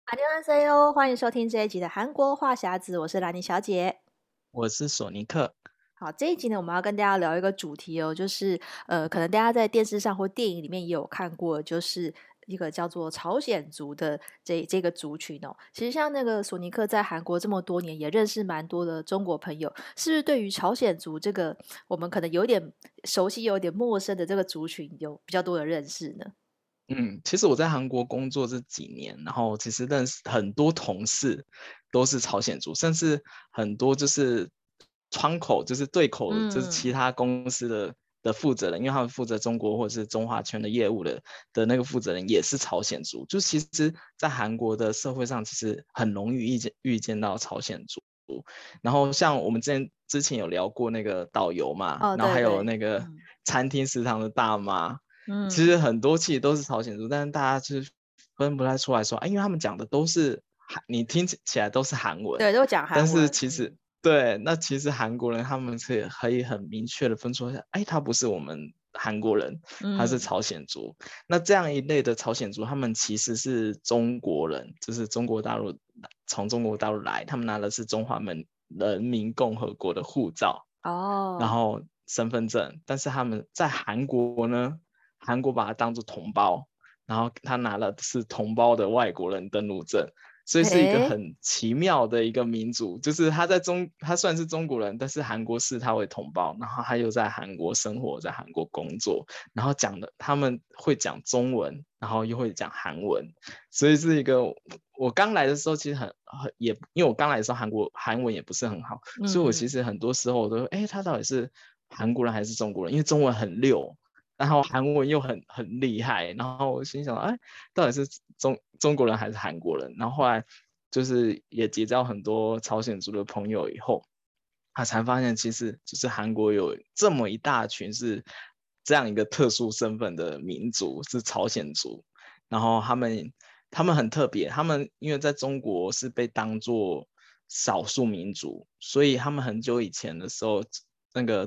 안녕하세요，欢迎收听这一集的韩国话匣子，我是兰妮小姐。 我是索尼克。 好，这一集呢，我们要跟大家聊一个主题哦，就是可能大家在电视上或电影里面也有看过，就是一个叫做朝鲜族的这个族群哦。其实像那个索尼克在韩国这么多年，也认识蛮多的中国朋友，是不是对于朝鲜族这个我们可能有点熟悉、有点陌生的这个族群，有比较多的认识呢？ 其实我在韩国工作这几年，然后其实认识很多同事都是朝鲜族，甚至很多就是窗口，就是对口，就是其嗯， 他公司的负责人，因为他们负责中国或者是中华圈的业务的那个负责人也是朝鲜族。就其实，在韩国的社会上，其实很容易遇见到朝鲜族。然后像我们之前有聊过那个导游嘛， 哦， 然后还有对对， 那个嗯餐厅食堂的大妈。其嗯， 实很多其实都是朝鲜族，但是大家就是分不太出来说，因为他们讲的都是你听起来都是韩文， 对，都讲但韩文， 是其实对，那其实韩国人他们是可以很明确的分出来，他不是我们韩国人，他是嗯， 朝鲜族。那这样一类的朝鲜族，他们其实是中国人，就是从中国大陆来，他们拿的是中华人民共和国的护照，然哦， 后身份证，但是他们在韩国呢，韩国把他当做同胞，然后他拿了是同胞的外国人登陆证，所以是一个诶， 很奇妙的一个民族，就是他算是中国人，但是韩国视他为同胞，然后他又在韩国生活，在韩国工作，然后他们会讲中文，然后又会讲韩文，所以是一个我刚来的时候其实因为我刚来的时候韩文也不是很好，所以我其嗯， 实很多时候我都他到底是韩国人还是中国人？因为中文很溜，然后韩文又很厉害，然后我心想，到底是中国人还是韩国人？然后后来就是也结交很多朝鲜族的朋友以后，他才发现其实就是韩国有这么一大群是这样一个特殊身份的民族，是朝鲜族。然后他们很特别，他们因为在中国是被当作少数民族，所以他们很久以前的时候，那个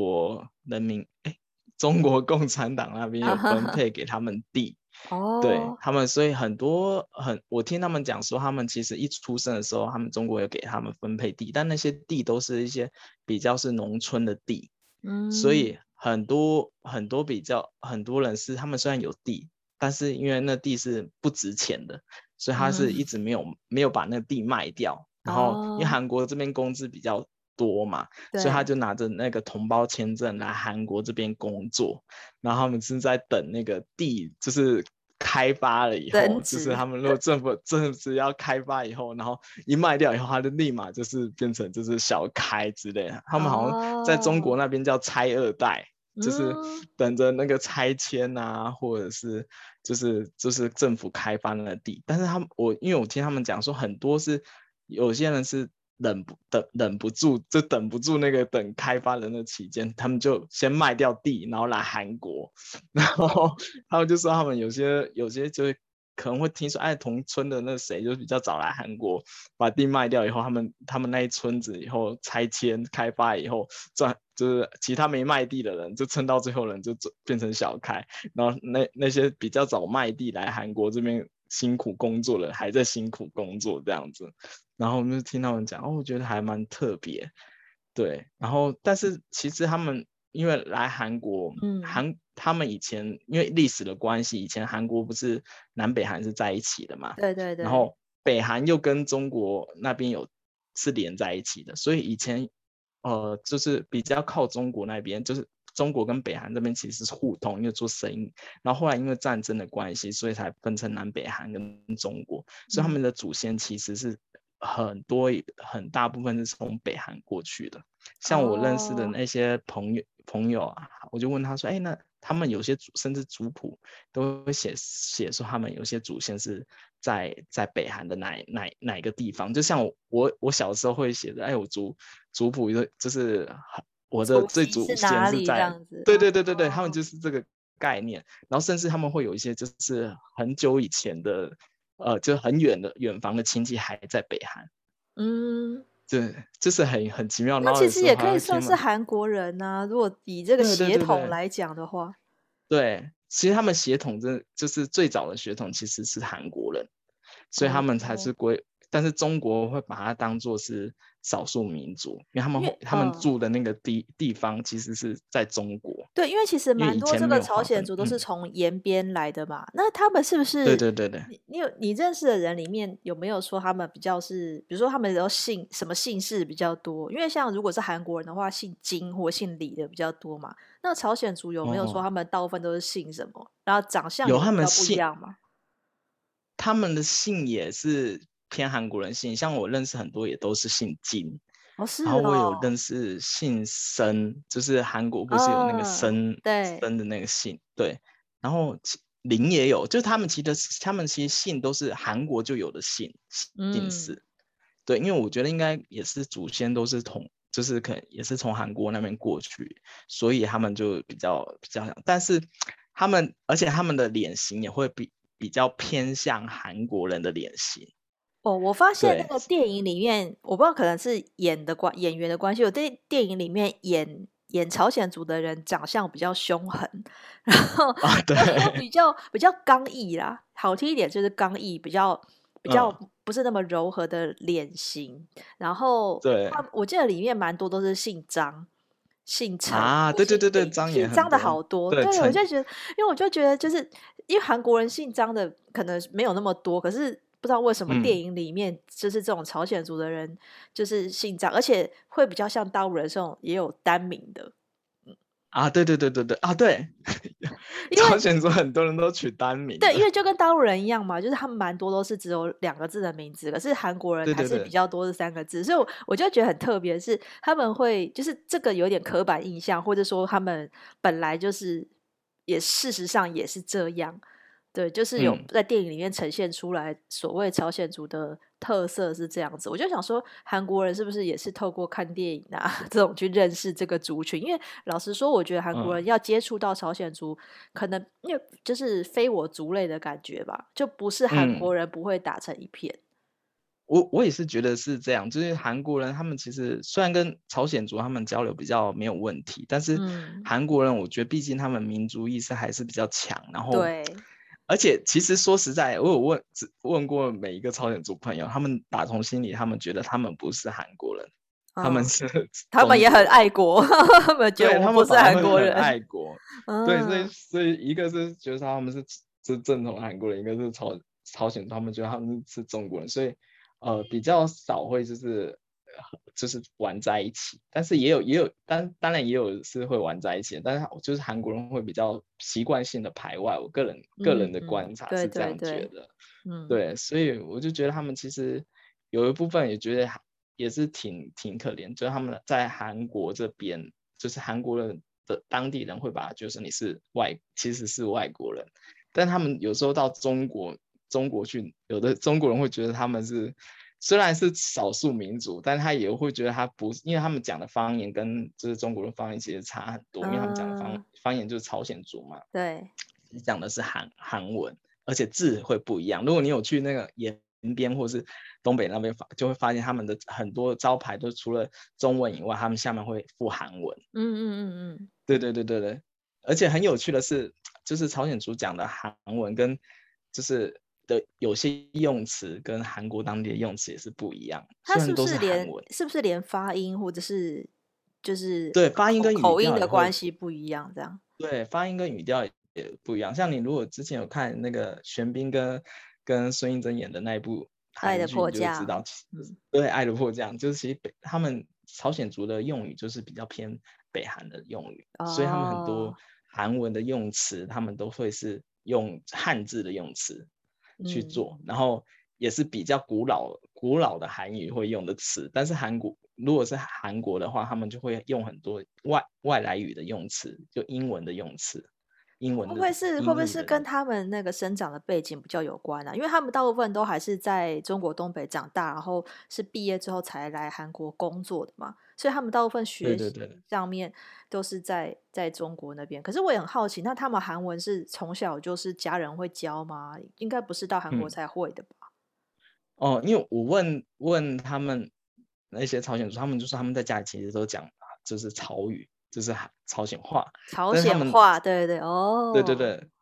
中国共产党那边有啊哈哈， 分配给他们地。对哦， 他们，所以我听他们讲说，他们其实一出生的时候，他们中国有给他们分配地，但那些地都是一些比较是农村的地，所嗯以很多人是他们虽然有地，但是因为那地是不值钱的，所以他是一嗯， 直没有把那个地卖掉。然后因为哦， 韩国这边工资比较多嘛，所以他对， 就拿着那个同胞签证来韩国这边工作。然后他们是在等那个地，就是开发了以后，就是增值， 他们如果政府要开发以后，然后一卖掉以后，它就立马就是变成就是小开之类的。他们好像在中国哦， 那边叫拆二代，就是嗯等着那个拆迁啊，或者是就是政府开发那个地。但是因为我听他们讲说，很多是有些人是忍不住，就等不住那个等开发的那期间，他们就先卖掉地，然后来韩国，然后他们就说他们有些就是可能会听说，同村的那谁就比较早来韩国，把地卖掉以后，他们那一村子以后拆迁开发以后就是其他没卖地的人就撑到最后人就变成小开，然后那些比较早卖地来韩国这边辛苦工作的还在辛苦工作这样子。然后我们就听他们讲，我觉得还蛮特别。对，然后但是其实他们因为来韩国， 嗯， 他们以前因为历史的关系，以前韩国不是南北韩是在一起的嘛， 对对对， 然后北韩又跟中国那边是连在一起的，所以以前就是比较靠中国那边，就是中国跟北韩这边其实是互通，因为做生意，然后后来因为战争的关系，所以才分成南北韩跟中国，所以他嗯， 们的祖先其实是很大部分是从北韩过去的。像我认识的哦， 那些朋友啊，我就问他说，那他们有些甚至族谱都会写说他们有些祖先是在北韩的哪一个地方，就像我小时候会写的，我族谱就是我的祖最籍是祖先哪里这是在， 样子？ 对对对对对，他们哦， 就是这个概念，然后甚至他们会有一些就是很久以前的，就很远房的亲戚还在北韩。 嗯， 对，就是很奇妙，然后那其实有时候还也可以算会听他们， 是韩国人呐、如果以这个对对血对对统来讲的话， 对，其实他们血统就是最早的血统其实是韩国人， 所以他们才哦， 是但是中国会把它当做是少数民族，因为因为他们住的那个地方其实是在中国， 对，因为其实因为蛮以前没多这个有划分。 朝鲜族都是从延边来的嘛，那他们是不对是对对对。 你认识的人里面有没有说他们比较是，比如说他们都姓什么姓氏比较多？因为像如果是韩国人的话，姓金或姓李的比较多嘛。那朝鲜族有没有说哦， 他们大部分都是姓什么？然后长相有他有比较不一们姓， 样吗？ 他们的姓也是偏韩国人姓，像我认识很多也都是姓金。 哦，是然后我有哦， 认识姓申，就是韩国不是有那个嗯， 申对， 的那个姓，对。然后林也有，就是他们其实姓都是韩国就有的姓嗯， 氏，对，因为我觉得应该也是祖先都是就是可能也是从韩国那边过去，所以他们就比较像，但是而且他们的脸型也会比较偏向韩国人的脸型， 哦，我发现那对。 个电影里面，我不知道可能是演员的关系，我在电影里面演朝鲜族的人长相比较凶狠，然后啊，对。 比较刚毅啦，好听一点就是刚毅，比较嗯， 不是那么柔和的脸型。然后对我记得里面蛮多都是姓张、姓陈啊， 或对对对对， 姓林， 张也姓张的很多， 好多。 对， 对，我就觉得，因为我就觉得，就是因为韩国人姓张的可能没有那么多，可是不知道为什么电嗯。 影里面就是这种朝鲜族的人就是姓张，而且会比较像大陆人这种也有单名的。 啊，对对对对对啊，对。 因为朝鲜族很多人都取单名对，因的。 为就跟大陆人一样嘛，就是他们蛮多都是只有2个字的名字，可是韩国人还是比对对对。 较多是3个字，所以我就觉得很特别，是他们会就是这个有点刻板印象，或者说他们本来就是也事实上也是这样，对，就是有嗯在电影里面呈现出来所谓朝鲜族的特色是这样子。我就想说，韩国人是不是也是透过看电影啊这种去认识这个族群？因为老实说，我觉得韩国人嗯要接触到朝鲜族，可能因为就是非我族类的感觉吧，就不是韩嗯， 国人不会打成一片。 我也是觉得是这样，就是韩国人他们其实虽然跟朝鲜族他们交流比较没有问题，但是嗯， 韩国人我觉得毕竟他们民族意识还是比较强，然后对而且其实说实在，我有问过每一个朝鲜族朋友，他们打从心里他们觉得他们不是韩国人，他们嗯， 是他们也很中国人。 爱国，他们觉得对，他我们不是们反而会韩国人。 很爱国。对，所以嗯所以一个是觉得他们是正统韩国人，一个是朝鲜，他们觉得他们是中国人，所以比较少会就是玩在一起，但是也有当然也有是会玩在一起的，但是就是韩国人会比较习惯性的排外，我个人的观察对是这样觉对对， 得。 嗯对，所以我就觉得他们其实有一部分也觉得也是挺可怜，就是他们在韩国这边，就是韩国人的当地人会把他就是其实是外国人，但他们有时候到中国去，有的中国人会觉得他们虽然是少数民族，但他也会觉得他不是，因为他们讲的方言跟就是中国的方言其实差很多，因为他们讲的嗯， 方言就是朝鲜族嘛， 对。 讲的是韩文，而且字会不一样。如果你有去那个延边或是东北那边就会发现他们的很多招牌都除了中文以外，他们下面会附韩文。 嗯。 对对对对对，而且很有趣的是，就是朝鲜族讲的韩文跟就是有些用词跟韩国当地的用词也是不一样， 它是不虽然都是是连韩文。 是不是连发音或者是就是对，发音跟语口音的调也会关系不一样？这样， 对，发音跟语调也不一样。像你如果之前有看那个玄彬跟孙艺珍演的那一部韩剧， 《爱的迫你就会知道， 降》。嗯对《爱的迫降》就是其实他们朝鲜族的用语就是比较偏北韩的用语，所以他们很多哦， 韩文的用词，他们都会是用汉字的用词去嗯， 做，然后也是比较古老的韩语会用的词，但是如果是韩国的话，他们就会用很多外来语的用词，就英文的用词，英文的会不会音译的。 是跟他们那个生长的背景比较有关啊？因为他们大部分都还是在中国东北长大，然后是毕业之后才来韩国工作的嘛，所以他们大部分学习对对对。 上面都是在中国那边。可是我也很好奇，那他们韩文是从小就是家人会教吗？应该不是到韩国嗯。 才会的吧？ 哦，因为我问他们那些朝鲜族，他们就说他们在家里其实都讲就是朝语，就是朝鲜话， 朝但是他们鲜话，对对， 对对哦， 对，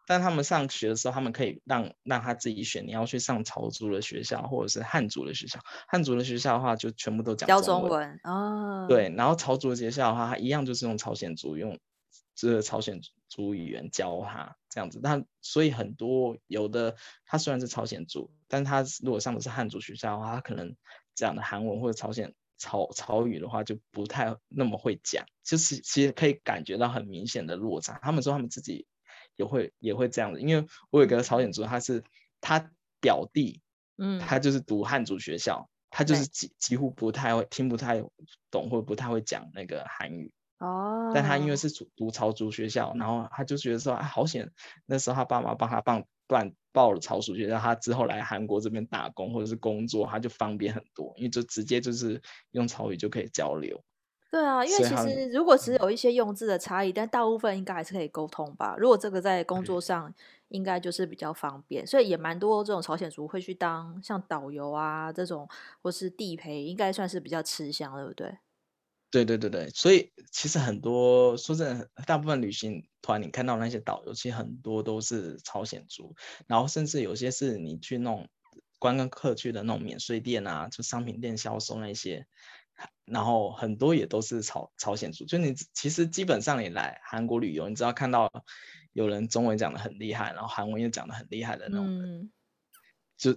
但他们上学的时候，他们可以让他自己选，你要去上朝族的学校或者是汉族的学校。汉族的学校的话，就全部都讲教中文。 中文哦。 对，然后朝族的学校的话，它一样就是用朝鲜族用这个朝鲜族语言教他这样子。但所以很多有的他虽然是朝鲜族，但他如果上的是汉族学校的话，他可能讲的韩文或者朝语的话就不太那么会讲，就是其实可以感觉到很明显的落差。他们说他们自己也会这样子，因为我有个朝鲜族，他表弟，他嗯， 就是读汉族学校，他就是对， 几乎不太会听不太懂或者不太会讲那个韩语。但他因为哦， 是读朝族学校，然后他就觉得说，啊，好险，那时候他爸妈帮他报了朝族学校，他之后来韩国这边打工或者是工作，他就方便很多，因为就直接就是用朝语就可以交流， 对啊，因为其所以他们实如果只有一些用字的差异，但大部分应该还是可以沟通吧。如果这个在工作上，应该就是比较方便，所以也蛮多这种朝鲜族会去当像导游啊这种，或是地陪，应该算是比较吃香，对不对？ 对对对对，所以其实很多说真的，大部分旅行团你看到那些导游，其实很多都是朝鲜族，然后甚至有些是你去那种观光客去的那种免税店啊，就商品店销售那些，然后很多也都是朝鲜族。就你其实基本上你来韩国旅游，你只要看到有人中文讲的很厉害，然后韩文也讲的很厉害的那种人， 嗯， 就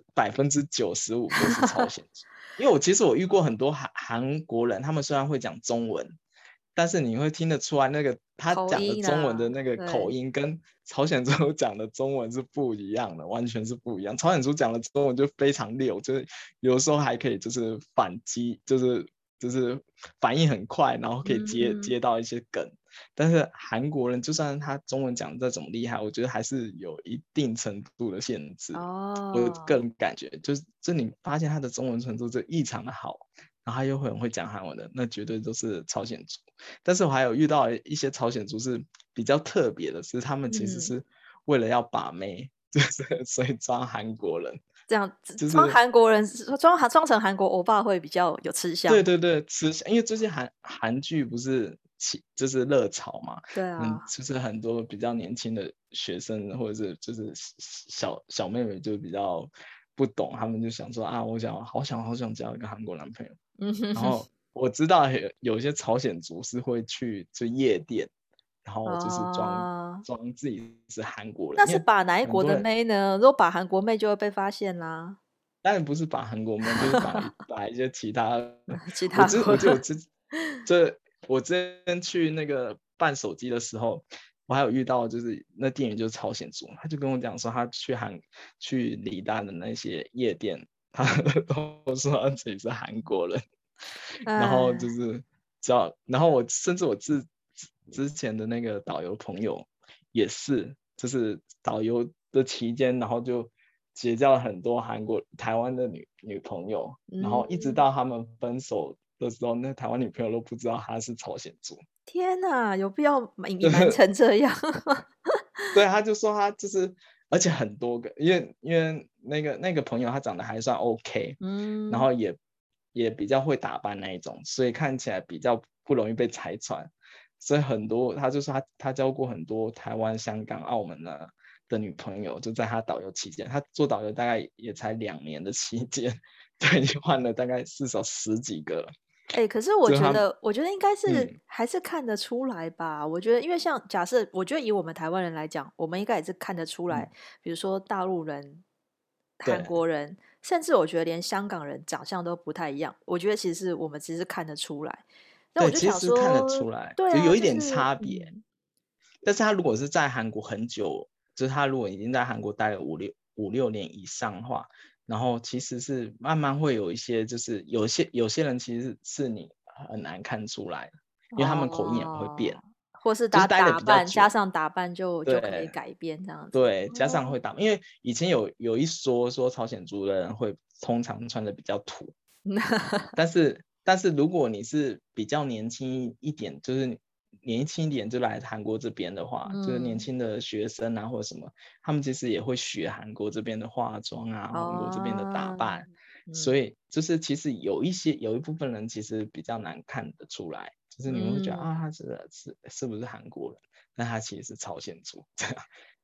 95%都是朝鲜族。因为其实我遇过很多韩国人，他们虽然会讲中文，但是你会听得出来，那个他口讲的中文音啊， 的那个口对， 音跟朝鲜族讲的中文是不一样的，完全是不一样。朝鲜族讲的中文就非常溜，就是有时候还可以就是反击，就是反应很快，然后可以接嗯， 接到一些梗。但是韩国人就算他中文讲的再怎么厉害，我觉得还是有一定程度的限制。我个哦， 人感觉就是你发现他的中文程度就异常的好，然后他又很会讲韩文的，那绝对都是朝鲜族。但是我还有遇到一些朝鲜族是比较特别的，是他们其实嗯， 是为了要把妹，就是所以装韩国人， 这样装就是韩国人装成韩国欧巴会比较有吃相， 对对对，因为最近韩剧不是就是热潮嘛， 对啊， 就是很多比较年轻的学生或者是就是小妹妹就比较不懂，他们就想说啊，好想交一个韩国男朋友。 嗯哼哼， 然后我知道有些朝鲜族是会去夜店，然后就是装哦。 装自己是韩国人， 那是因为把哪一国的很多人妹呢？如果把韩国妹就会被发现啦。 当然不是把韩国妹，就是把一些其他的。 其他国， 我记得这我之前去那个办手机的时候，我还有遇到就是那店员就是朝鲜族，他就跟我讲说他去李大的那些夜店，他都说他自己是韩国人，然后就哎， 是然后甚至我之前的那个导游朋友也是，就是导游的期间，然后就结交了很多台湾的女朋友，然后一直嗯， 到他们分手的时候，那台湾女朋友都不知道他是朝鲜族。 天哪，有必要隐瞒成这样？ 对，他就说他就是，而且很多个，因为那个朋友他长得还算 OK，然嗯， 后也比较会打扮那一种，所以看起来比较不容易被拆穿。所以很多他就说他交过很多台湾、香港、澳门的女朋友，就在他导游期间，他做导游大概也才2年的期间，就已经换了大概至少十几个了。 哎，可是我就是他， 觉得，我觉得应该是嗯还是看得出来吧。我觉得，因为像假设，我觉得以我们台湾人来讲，我们应该也是看得出来， 嗯， 比如说大陆人、韩对国人，甚至我觉得连香港人长相都不太一样。我觉得其实我们其实看得出来。那我对， 就想其实看得说， 出来， 对啊， 就有一点就是差别。但是他如果是在韩国很久，就是他如果已经在韩国待了五六年以上的话，然后其实是慢慢会有一些，就是有些人其实是你很难看出来的，因为他们口音也会变， 哦，或是就是待的比较打扮，加久， 上打扮就可以对改变这样子。 对，加上哦， 会打，因为以前有一说朝鲜族的人会通常穿的比较土，但是如果你是比较年轻一点，就是年轻一点就来韩国这边的话，就是年嗯， 轻的学生啊或者什么，他们其实也会学韩国这边的化妆啊，韩国这边的打哦， 扮，所嗯以就是其实有一部分人其实比较难看得出来，就是你们会觉得啊嗯， 他是不是韩国人，但他其实是朝鲜族，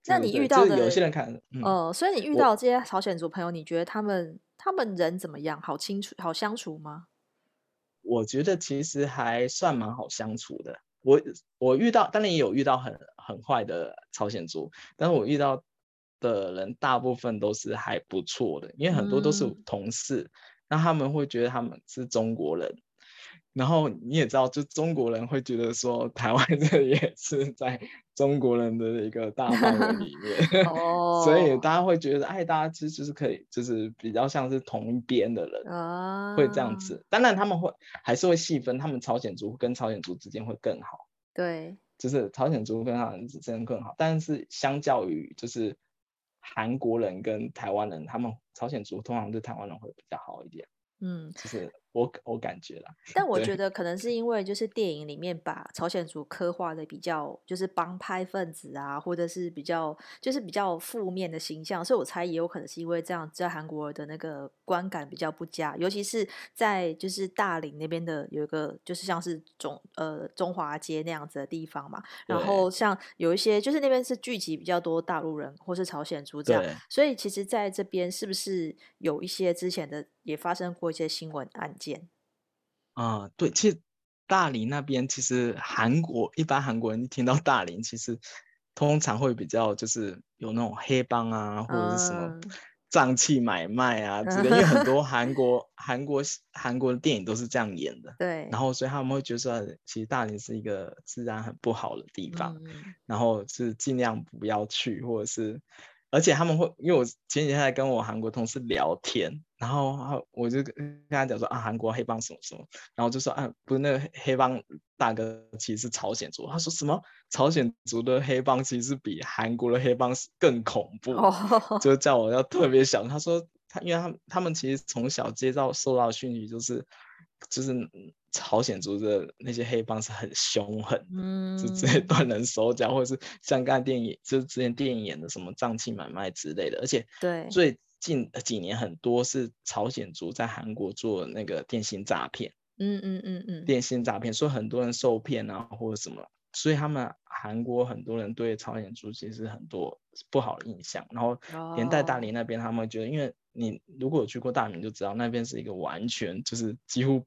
那你遇到就是有的， 些人看， 所以你遇我到这些朝鲜族朋友，你觉得他们人怎么样？好相处吗？ 我觉得其实还算蛮好相处的。我遇到，当然也有遇到很坏的朝鲜族，但是我遇到的人大部分都是还不错的，因为很多都是嗯， 同事，那他们会觉得他们是中国人，然后你也知道，就中国人会觉得说台湾这也是在中国人的一个大范围里面，所以哦， 大家会觉得，哎，大家其实就是可以，就是比较像是同一边的人。会这样啊， 子。当然他们还是会细分，他们朝鲜族跟朝鲜族之间会更好， 对， 就是朝鲜族跟朝鲜族之间更好。但是相较于就是韩国人跟台湾人，他们朝鲜族通常对台湾人会比较好一点， 嗯。 就是我感觉啦， 但我觉对得可能是因为就是电影里面把朝鲜族刻画的比较就是帮派分子啊，或者是比较负面的形象，所以我猜也有可能是因为这样，在韩国的那个观感比较不佳，尤其是在就是大林那边的有一个就是像是中华街那样子的地方嘛，然对后像有一些就是那边是聚集比较多大陆人或是朝鲜族这样， 对。 所以其实在这边是不是有一些之前的也发生过一些新闻案件？ 对，其实大理那边，其实一般韩国人一听到大理，其实通常会比较就是有那种黑帮啊，或者是什么嗯， 脏器买卖啊之类，因为很多韩国的电影都是这样演的，然对， 后所以他们会觉得说，其实大理是一个治安很不好的地方， 嗯， 然后是尽量不要去，或者是而且他们会，因为我前几天还跟我韩国同事聊天，然后我就跟他讲说啊，韩国黑帮什么什么，然后就说啊，不是那个黑帮大哥其实是朝鲜族，他说什么朝鲜族的黑帮其实比韩国的黑帮更恐怖， 哦， 就叫我要特别小心。他说因为他们其实从小受到讯息就是朝鲜族的那些黑帮是很凶狠的。就直接嗯， 断人手脚，或者是像刚才电影，就是之前电影演的什么脏器买卖之类的，而且对， 最近几年很多是朝鲜族在韩国做那个电信诈骗， 嗯嗯嗯嗯， 所以很多人受骗啊或者什么，所以他们韩国很多人对朝鲜族其实很多不好的印象，然后连带大哦， 连那边他们会觉得，因为你如果有去过大连就知道，那边是一个完全就是几乎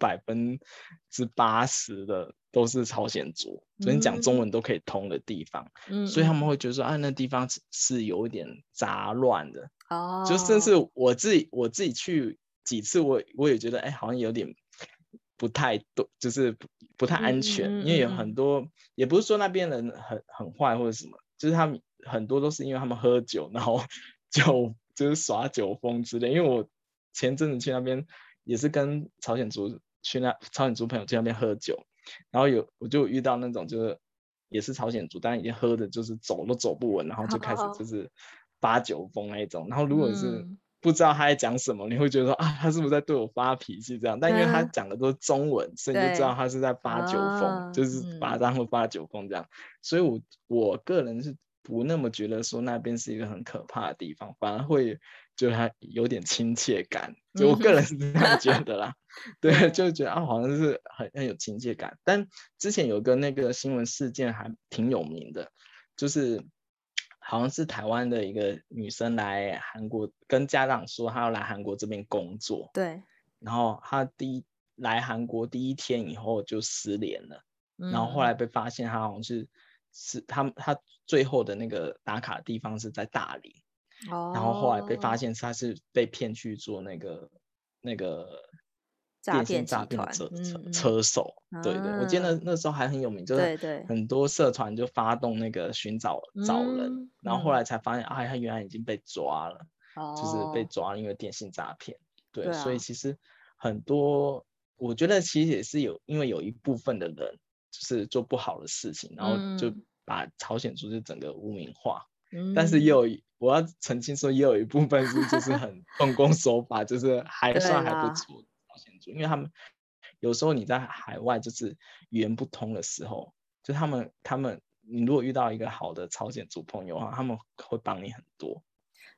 80%的都是朝鲜族，所以你讲中嗯文都可以通的地方，所以他们嗯嗯， 会觉得说，啊，那地方是有一点杂乱的，就甚至哦， 我自己去几次我也觉得，哎，好像有点不太对，就是不太嗯安全，因为有嗯嗯嗯， 很多，也不是说那边人很坏或者什么，就是他们很多都是因为他们喝酒，然后就是耍酒疯之类。因为我前阵子去那边也是跟朝鲜族朋友去那边喝酒，然后我就遇到那种就是也是朝鲜族，但已经喝的就是走都走不稳，然后就开始就好， 是发酒疯那一种。然后如果是嗯不知道他在讲什么，你会觉得说啊，他是不是在对我发脾气这样？但因为他嗯， 讲的都是中文，所以你就知道对， 他是在发酒疯， 啊， 就是把它嗯当做发酒疯这样。所以我个人是不那么觉得说那边是一个很可怕的地方，反而会觉得它有点亲切感。就我嗯哼， 个人是这样觉得啦，对， 对， 就觉得啊，好像是很有亲切感。但之前有个那个新闻事件还挺有名的，就是好像是台湾的一个女生来韩国，跟家长说她要来韩国这边工作， 对， 然后她来韩国第一天以后就失联了，然后后来嗯被发现她好像她最后的那个打卡地方是在大理， 嗯， 然后后来被发哦， 现她是被骗去做那个诈骗电信诈集团， 骗的车车嗯嗯， 车手。对对，我记得那啊， 时候还很有名，就是对对， 很多社团就发动那个找人，然后后嗯嗯， 来才发现，啊，他原来已经被抓了，就是被哦， 抓了，因为电信诈骗。对，所以对啊， 其实很多，我觉得其实也是因为有一部分的人就是做不好的事情，然后就嗯把朝鲜族就整个污名化。但是嗯， 我要澄清说，也有一部分就是很奉公守法，就是还不对啦， 错的朝鲜族，因为他们有时候你在海外就是语言不通的时候，就你如果遇到一个好的朝鲜族朋友的话，他们会帮你很多。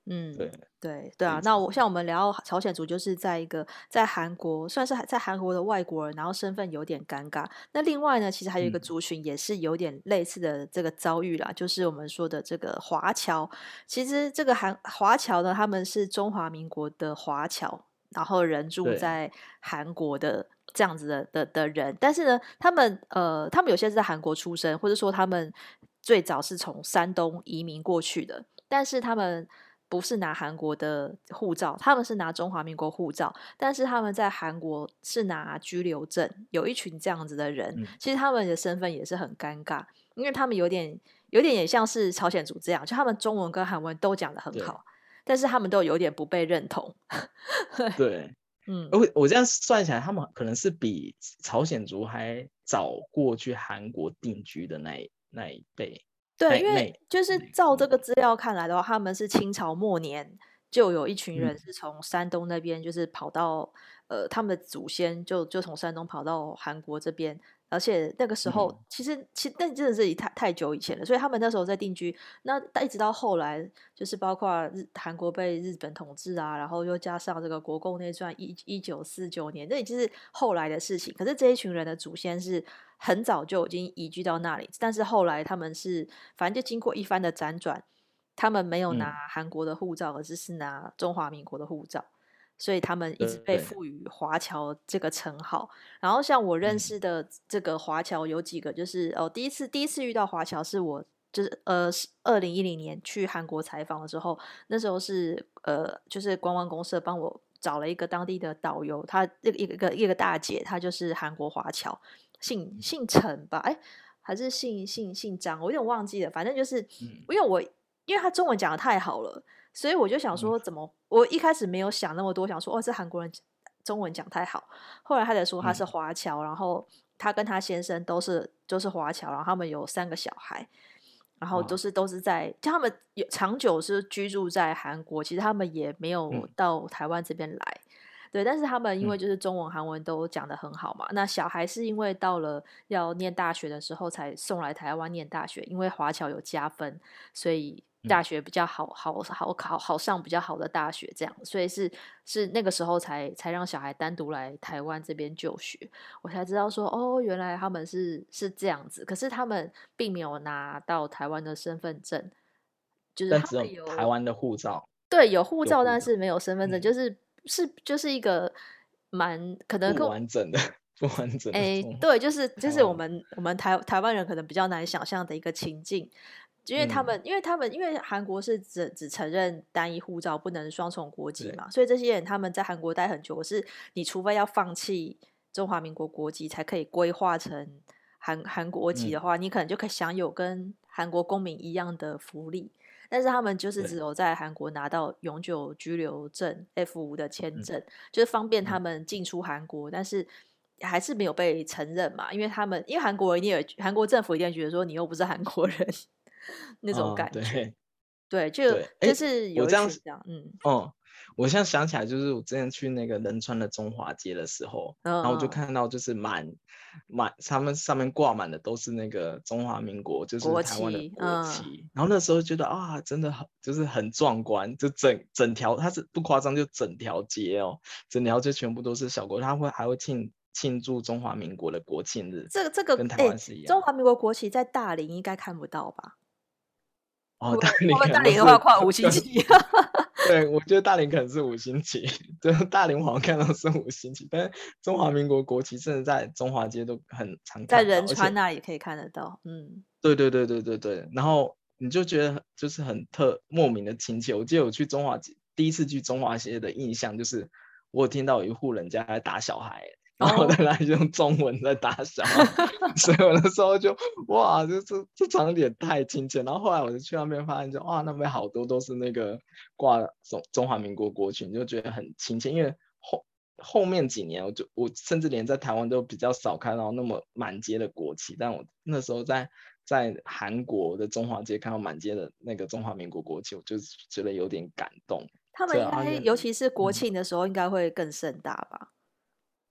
嗯， 对， 对啊， 非常那像我们聊到朝鲜族，就是在一个在韩国，算是在韩国的外国人，然后身份有点尴尬。那另外呢，其实还有一个嗯族群也是有点类似的这个遭遇啦，就是我们说的这个华侨。其实这个华侨呢，他们是中华民国的华侨，然后人住对在韩国的这样子的人，但是呢，他们有些是在韩国出生，或者说他们最早是从山东移民过去的，但是他们不是拿韩国的护照，他们是拿中华民国护照，但是他们在韩国是拿居留证。有一群这样子的人， 嗯其实他们的身份也是很尴尬，因为他们有点也像是朝鲜族这样，就他们中文跟韩文都讲得很对好，但是他们都有点不被认同。 对， 嗯， 我这样算起来，他们可能是比朝鲜族还早过去韩国定居的那一辈， 对，因为那那就是那照这个中资料看来的话，他们是清朝末年就有一群人嗯是从山东那边，就是跑到他们的祖先就从山东跑到韩国这边，而且那个时候嗯其实那真的是太久以前了，所以他们那时候在定居，那一直到后来，就是包括韩国被日本统治啊，然后又加上这个国共内战1949年，那已经是后来的事情。可是这一群人的祖先是很早就已经移居到那里，但是后来他们是反正就经过一番的辗转，他们没有拿嗯， 韩国的护照，而是拿中华民国的护照，所以他们一直被对， 赋予华侨这个称号。然后像我认嗯识的这个华侨有几个，就是第一次遇到华侨是我。就是是2010年去韩国采访的时候，那时候是就是观光公社帮我找了一个当地的导游，他一个大姐，她就是韩国华侨，姓陈吧，哎，还是姓张，我有点忘记了，反正就是嗯因为他中文讲的太好了，所以我就想嗯说，我一开始没有想那么多，想说哦，这韩国人中文讲太好。后来他才说他是嗯华侨，然后他跟他先生都是华侨，然后他们有3个小孩，然后都哇是都是在，就他们长久是居住在韩国，其实他们也没有嗯到台湾这边来。对，但是他们因为嗯就是中文、韩文都讲得很好嘛，那小孩是因为到了要念大学的时候才送来台湾念大学，因为华侨有加分，所以大嗯学比较好考，好上比较好的大学这样，所以是那个时候才让小孩单独来台湾这边就学，我才知道说哦，原来他们是这样子，可是他们并没有拿到台湾的身份证，就是他但只有们有台湾的护照， 对，有护照， 有护照， 但是没有身份证， 嗯， 就是一个可能不跟完整的不完整的中对，就是我台湾， 们台湾人可能比较难想象的一个情境， 嗯， 因为韩国是只承认单一护照，不能双重国籍对， 嘛，所以这些人他们在韩国待很久，可是你除非要放弃中华民国国籍，才可以规划成韩国籍的嗯， 话，你可能就可以享有跟韩国公民一样的福利。但是他们就是只对， 有在韩国拿到永久居留证 F5的签嗯证，就是方便他嗯， 们进出韩国，但是还是没有被承认嘛，因为韩国人一定韩国政府一定觉得说你又不是韩国人那种感觉， 对对，就对，哎， 就是有一我这样群这样， 哦，我现在想起来，就是我之前去那个仁川的中华街的时候，然后我就嗯， 看到就是他们上面挂满的都是那个中华民国，就是国台湾的旗， 国旗。然后那时候觉得啊，真的就是很壮观，就整条，它是不夸张，就整条街哦，整条街全部都是小国，还会庆祝中华民国的国庆日，跟台湾是一样。 中华民国国旗在大林应该看不到吧？ 哦，大林会不会大可能都是林的话跨五星旗？ 对，我觉得大林可能是五星旗，对，大林我好像看到是五星旗，但是中华民国国旗真的在中华街都很常在看到，而且仁川那里可以看得到， 对对对对对对，然后你就觉得就是很莫名的亲切。我记得我去中华街，第一次去中华街的印象就是我有听到有一户人家在打小孩，然后在哦， 那里用中文在打小孩，所以我那时候就哇，这场景太亲切。然后后来我就去那边发现就，哇，那边好多都是那个挂中华民国国旗，你就觉得很亲切。因为后面几年，我甚至连在台湾都比较少看到那么满街的国旗，但我那时候在韩国的中华街看到满街的那个中华民国国旗，我就觉得有点感动。 他们应所以啊， 该尤其是国嗯， 庆的时候，应该会更盛大吧？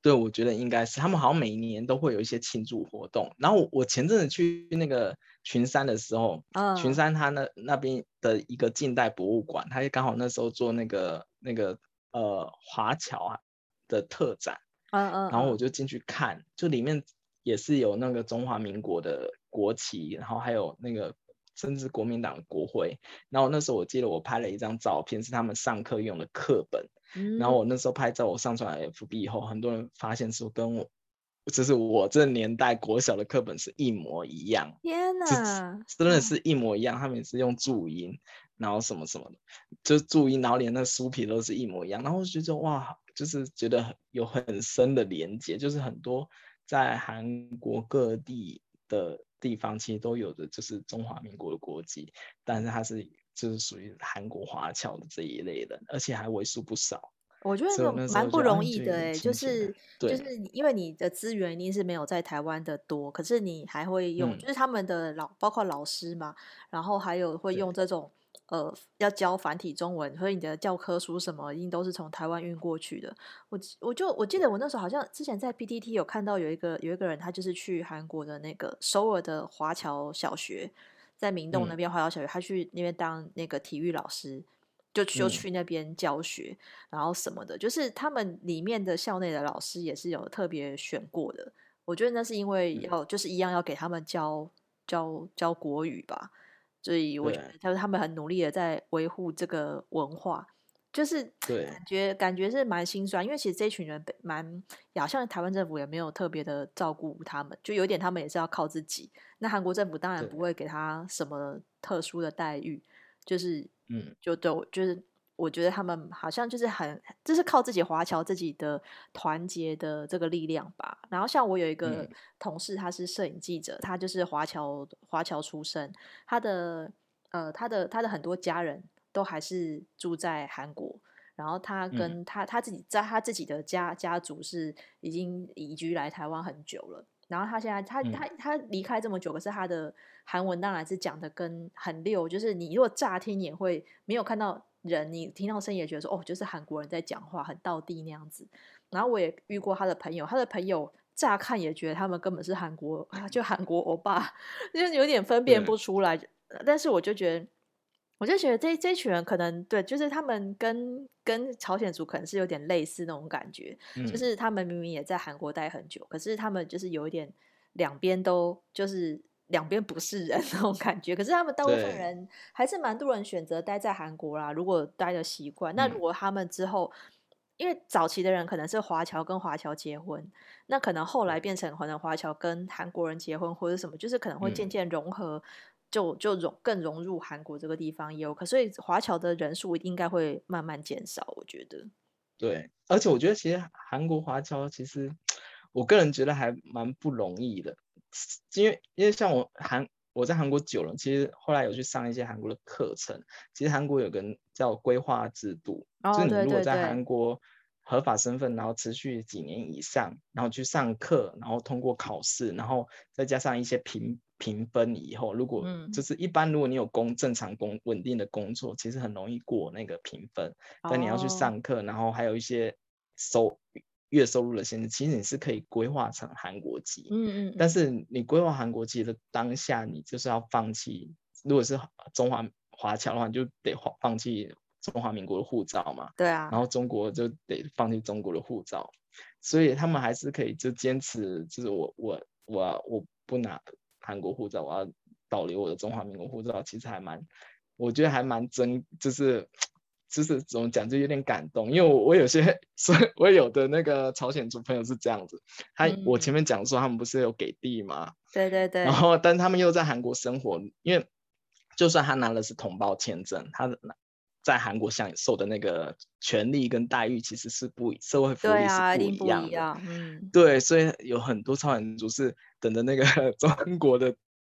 对，我觉得应该是他们好像每年都会有一些庆祝活动。然后我前阵子去那个群山的时候，群嗯山它那边的一个近代博物馆，它刚好那时候做那个华侨啊的特展， 嗯嗯然后我嗯， 就进去看，就里面也是有那个中华民国的国旗，然后还有那个甚至国民党的国徽。然后那时候我记得我拍了一张照片，是他们上课用的课本。然后嗯， 我那时候拍照，我上传 FB 以后，很多人发现说跟我，就是我这年代国小的课本是一模一样， 天这哪， 真的嗯， 是一模一样。他们也是用注音，然后什么什么的，就是注音，然后连那书皮都是一模一样。然后我就觉得哇，就是觉得有很深的连接，就是很多在韩国各地的地方其实都有的，就是中华民国的国籍，但是它是就是属于韩国华侨的这一类人，而且还为数不少。 我觉得所以我那蛮不那时候就就有点容易的诶，就亲切感。 是就是对， 因为你的资源一定是没有在台湾的多，可是你还会用，就嗯， 是他们的包括老师嘛，然后还有会对用这种要教繁体中文，所以你的教科书什么一定都是从台湾运过去的。我记得我那时候好像之前在 PTT 有看到有一个人，他就是去韩国的那个首尔的华侨小学，在明洞那嗯边华侨小学，他去那边当那个体育老师，就嗯去那边教学。然后什么的，就是他们里面的校内的老师也是有特别选过的。我觉得那是因为嗯， 就是一样要给他们教国语吧，所以我觉对得他们很努力的在维护这个文化，就是对感觉是蛮心酸，因为其实这群人好像台湾政府也没有特别的照顾他们，就有点他们也是要靠自己。那韩国政府当然对， 不会给他什么特殊的待遇，就是嗯就是我觉得他们好像就是就是靠自己华侨自己的团结的这个力量吧。然后像我有一个嗯同事，他是摄影记者，他就是华侨出身，他的很多家人都还是住在韩国。然后他嗯跟他自己在他自己的家族是已经移居来台湾很久了。然后他现在他离开这么久，可是他的韩文当然是讲的跟很溜，就是你如果乍听也会没有看到人，你听到声音也觉得说哦，就是韩国人在讲话，很道地那样子。然后我也遇过他的朋友，他的朋友乍看也觉得他们根本是韩国，就韩国欧巴，就是有点分辨对不出来。但是我就觉得这群人可能对，就是他们跟朝鲜族可能是有点类似那种感觉，就嗯是他们明明也在韩国待很久，可是他们就是有一点两边都就是两边不是人那种感觉。可是他们大部分对， 人还是蛮多人选择待在韩国啦，如果待的习惯，那如嗯果他们之后。因为早期的人可能是华侨跟华侨结婚，那可能后来对， 变成可能华侨跟韩国人结婚或者什么，就是可能会渐嗯渐融合，就更融入韩国这个地方也有可，所以华侨的人数应该会慢慢减少，我觉得。 对。而且我觉得其实韩国华侨其实，我个人觉得还蛮不容易的，因为像我在韩国久了，其实后来有去上一些韩国的课程。其实韩国有个叫规划制度，就哦， 是你对如果在对对， 韩国合法身份，然后持续几年以上，然后去上课，然后通过考试，然后再加上一些评分以后，如果就嗯， 是一般如果你有正常稳定的工作，其实很容易过那个评分。但你要去哦， 上课，然后还有一些月收入的限制，其实你是可以规划成韩国籍。但嗯嗯嗯， 是你规划韩国籍的当下，你就是要放弃，如果是中华华侨的话，你就得放弃中华民国的护照嘛， 对啊， 然后中国就得放弃中国的护照，所以他们还是可以就坚持，就是我不拿韩国护照，我要保留我的中华民国护照，其实我觉得还蛮就是怎么讲，就有点感动，因为我有些，所以我有的那个朝鲜族朋友是这样子。我前嗯， 面讲说他们不是有给地吗？ 对对然对， 后但他们又在韩国生活，因为就算他拿的是同胞签证，他在韩国享受的那个权利跟待遇其实是社会福利是对啊，一不定一样的。 不一样，嗯， 对，所以有很多朝鲜族是等着那个中国的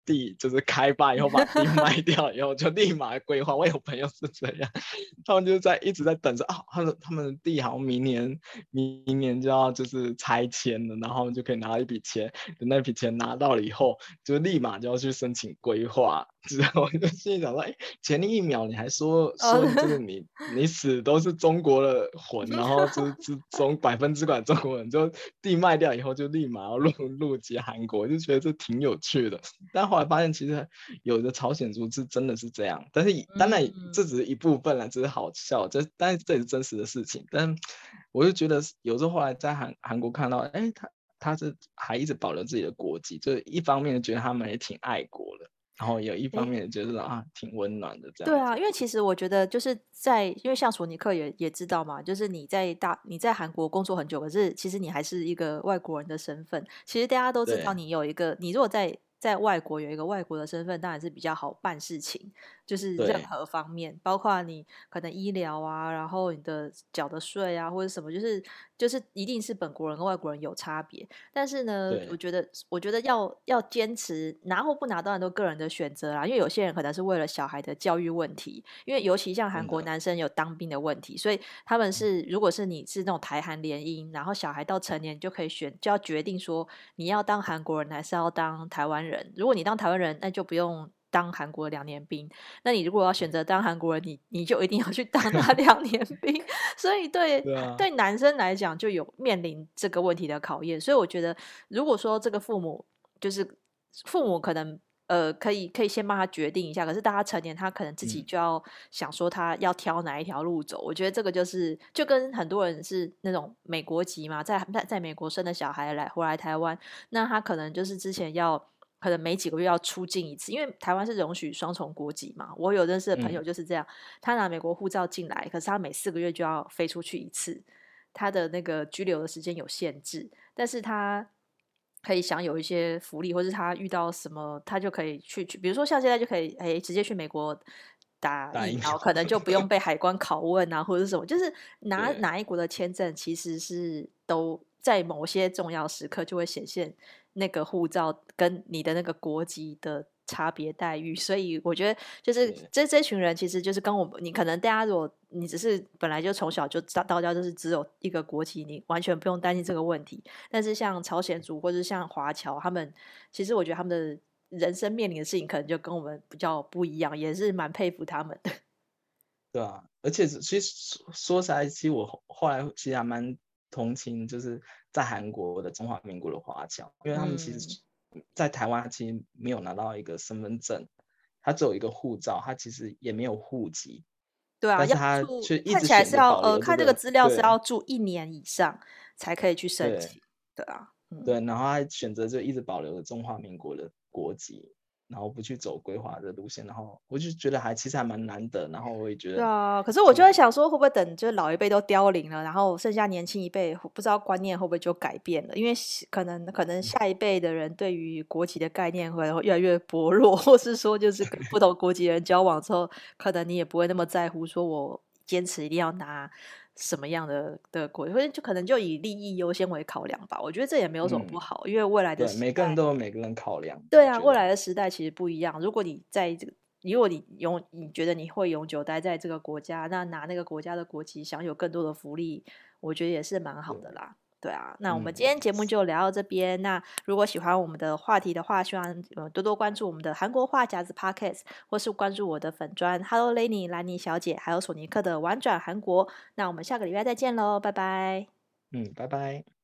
地就是开发以后把地卖掉以后就立马规划。我有朋友是这样，他们就一直在等着啊，他们的地好像明年就要就是拆迁了，然后就可以拿到一笔钱，等那笔钱拿到了以后，就立马就要去申请规划。之后我就心里想说，哎，前一秒你还说就是你死都是中国的魂，然后就是100%管中国人，就地卖掉以后就立马要入籍韩国，就觉得这挺有趣的。但后来发现其实有的朝鲜族是真的是这样，但是当然这只是一部分啦，只是好笑，但是这也是真实的事情。但我就觉得有时候后来在韩国看到，哎，他是还一直保留自己的国籍，就是一方面觉得他们也挺爱国的，然后有一方面觉得啊挺温暖的这样子。 对啊，因为其实我觉得就是因为像索尼克也知道嘛，就是你在韩国工作很久，可是其实你还是一个外国人的身份。其实大家都知道， 对你如果在外国有一个外国的身份，当然是比较好办事情，就是任对何方面，包括你可能医疗啊，然后你的缴的税啊，或者什么，就是一定是本国人跟外国人有差别。但是呢， 对我觉得要坚持拿或不拿，当然都个人的选择啦。因为有些人可能是为了小孩的教育问题，因为尤其像韩真的国男生有当兵的问题，所以他们如果是你是那种台韩联姻，然后小孩到成年就可以就要决定说你要当韩国人还是要当台湾人。如果你当台湾人，那就不用当韩国2年兵。那你如果要选择当韩国人，你就一定要去当那2年兵。所以对对啊， 对男生来讲就有面临这个问题的考验。所以我觉得，如果说这个父母可能可以先帮他决定一下，可是当他成年，他可能自己就要想说他要挑哪一条路走。我觉得这个就跟很多人是那种美国籍嘛，在美国生的小孩回来台湾，那他可能就是之前可能每几个月要出境一次，因为台湾是容许双重国籍嘛。我有认识的朋友就是这样，他拿美国护照进来，可是他每4个月就要飞出去一次，他的那个居留的时间有限制，但是他可以享有一些福利，或是他遇到什么，他就可以比如说像现在就可以直接去美国打打疫苗疫苗，可能就不用被海关拷问啊，或者是什么，就是拿对哪一国的签证，其实是都在某些重要时刻就会显现那个护照跟你的那个国籍的差别待遇。所以我觉得就是对这群人其实就是跟你可能大家如果你只是本来就从小就到家就是只有一个国籍，你完全不用担心这个问题。但是像朝鲜族或者像华侨，他们其实我觉得他们的人生面临的事情可能就跟我们比较不一样，也是蛮佩服他们的。 对啊，而且其实说实在，其实我后来其实还蛮同情，就是在韩国的中华民国的华侨，因为他们其嗯， 实，在台湾其实没有拿到一个身份证，他只有一个护照，他其实也没有户籍， 对啊， 但是他却一看起来直选是要择保留这看这个个， 资料是对要住1年以上才可以去申对请。对啊， 对，然后他选择就一直保留了中华民国的国籍，然后不去走规划的路线，然后我就觉得其实还蛮难得，然后我也觉得对啊，可是我就就在想说，会不会等就是老一辈都凋零了，然后剩下年轻一辈，不知道观念会不会就改变了？因为可能下一辈的人对于国籍的概念会越来越薄弱，或是说就是跟不同国籍的人交往之后，可能你也不会那么在乎，说我坚持一定要拿什么样的国籍，或者就可能就以利益优先为考量吧。我觉得这也没有什么不好，因为未来的对， 时代。 每个人都有每个人考量， 对啊， 我觉得未来的时代其实不一样。如果你觉得你会永久待在这个国家，那拿那个国家的国籍，享有更多的福利，我觉得也是蛮好的对， 啦。对啊，那我们嗯， 今天节目就聊到这边。那如果喜欢我们的话题的话，希望多多关注我们的韩国话匣子 Podcast，或是关注我的粉专 Hello Lenny 兰妮小姐，还有索尼克的玩转韩国。那我们下个礼拜再见喽，拜拜。 嗯，拜拜。